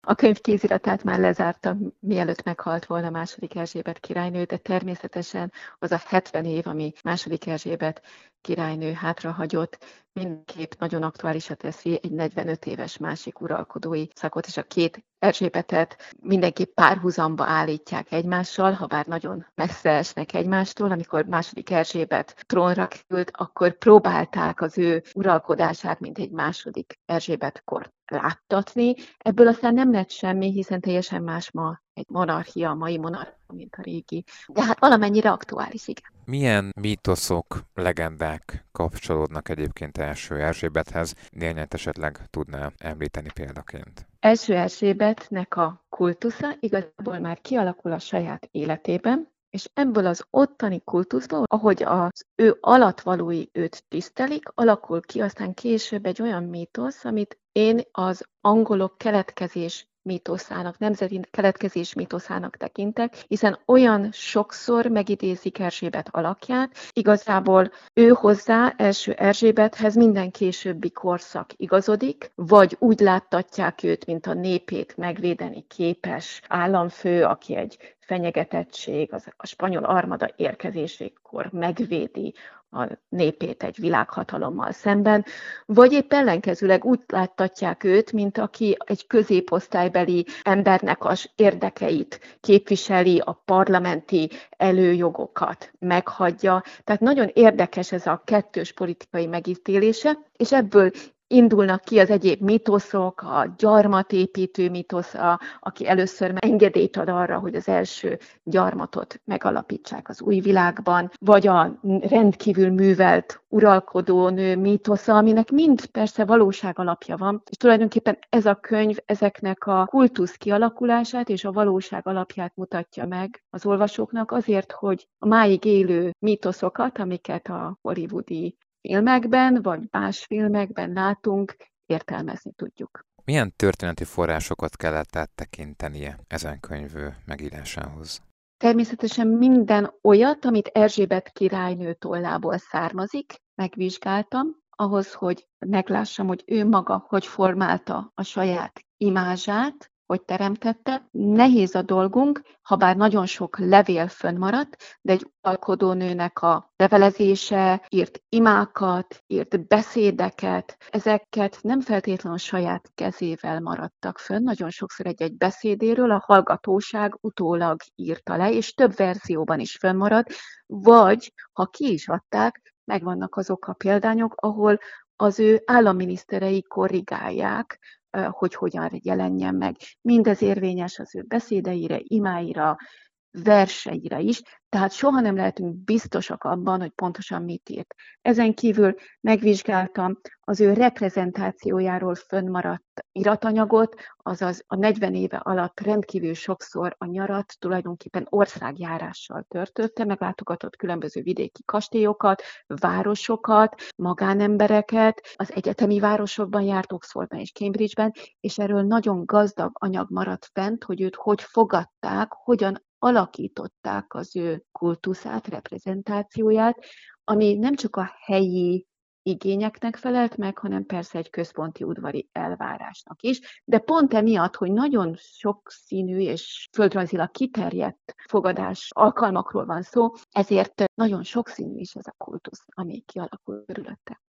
A könyv kéziratát már lezártam, mielőtt meghalt volna második Erzsébet királynő, de természetesen az a 70 év, ami második Erzsébet királynő hátrahagyott, mindenképp nagyon aktuálisat teszi egy 45 éves másik uralkodói szakot, és a két Erzsébetet mindenképp párhuzamba állítják egymással, ha bár nagyon messze esnek egymástól. Amikor második Erzsébet trónra került, akkor próbálták az ő uralkodását, mint egy második Erzsébet-kort láttatni. Ebből aztán nem lett semmi, hiszen teljesen más ma egy monarchia, a mai monarchia, mint a régi. De hát valamennyire aktuális, igen. Milyen mítoszok, legendák kapcsolódnak egyébként első Erzsébethez? Néhányat esetleg tudná említeni példaként? Első Erzsébetnek a kultusza igazából már kialakul a saját életében, és ebből az ottani kultuszból, ahogy az ő alattvalói őt tisztelik, alakul ki aztán később egy olyan mítosz, amit én az angolok keletkezés mítoszának, nemzeti keletkezés mítoszának tekintek, hiszen olyan sokszor megidézik Erzsébet alakját, igazából ő hozzá, első Erzsébethez minden későbbi korszak igazodik, vagy úgy láttatják őt, mint a népét megvédeni képes államfő, aki egy fenyegetettség, a spanyol armada érkezésekor megvédi a népét egy világhatalommal szemben, vagy épp ellenkezőleg úgy láttatják őt, mint aki egy középosztálybeli embernek az érdekeit képviseli, a parlamenti előjogokat meghagyja. Tehát nagyon érdekes ez a kettős politikai megítélése, és ebből indulnak ki az egyéb mítoszok, a gyarmatépítő mítosz, aki először engedélyt ad arra, hogy az első gyarmatot megalapítsák az új világban, vagy a rendkívül művelt uralkodónő mítosza, aminek mind persze valóság alapja van, és tulajdonképpen ez a könyv ezeknek a kultusz kialakulását és a valóság alapját mutatja meg az olvasóknak azért, hogy a máig élő mítoszokat, amiket a hollywoodi filmekben, vagy más filmekben látunk, értelmezni tudjuk. Milyen történeti forrásokat kellett áttekintenie ezen könyv megírásához? Természetesen minden olyat, amit Erzsébet királynő tollából származik, megvizsgáltam, ahhoz, hogy meglássam, hogy ő maga hogy formálta a saját imázsát, hogy teremtette. Nehéz a dolgunk, ha bár nagyon sok levél fönnmaradt, de egy uralkodónőnek a levelezése, írt imákat, írt beszédeket, ezeket nem feltétlenül saját kezével maradtak fönn. Nagyon sokszor egy-egy beszédéről a hallgatóság utólag írta le, és több verzióban is fönnmaradt, vagy ha ki is adták, megvannak azok a példányok, ahol az ő államminiszterei korrigálják, hogy hogyan jelenjen meg. Mindez érvényes az ő beszédeire, imáira, verseire is, tehát soha nem lehetünk biztosak abban, hogy pontosan mit írt. Ezen kívül megvizsgáltam az ő reprezentációjáról fönnmaradt iratanyagot, azaz a 40 éve alatt rendkívül sokszor a nyarat tulajdonképpen országjárással töltötte, meglátogatott különböző vidéki kastélyokat, városokat, magánembereket, az egyetemi városokban járt, Oxfordban és Cambridgeben, és erről nagyon gazdag anyag maradt fent, hogy őt hogy fogadták, hogyan alakították az ő kultuszát, reprezentációját, ami nem csak a helyi igényeknek felelt meg, hanem persze egy központi udvari elvárásnak is. De pont emiatt, hogy nagyon sokszínű és földrajzilag kiterjedt fogadás alkalmakról van szó, ezért nagyon sokszínű is ez a kultusz, ami kialakul körülötte.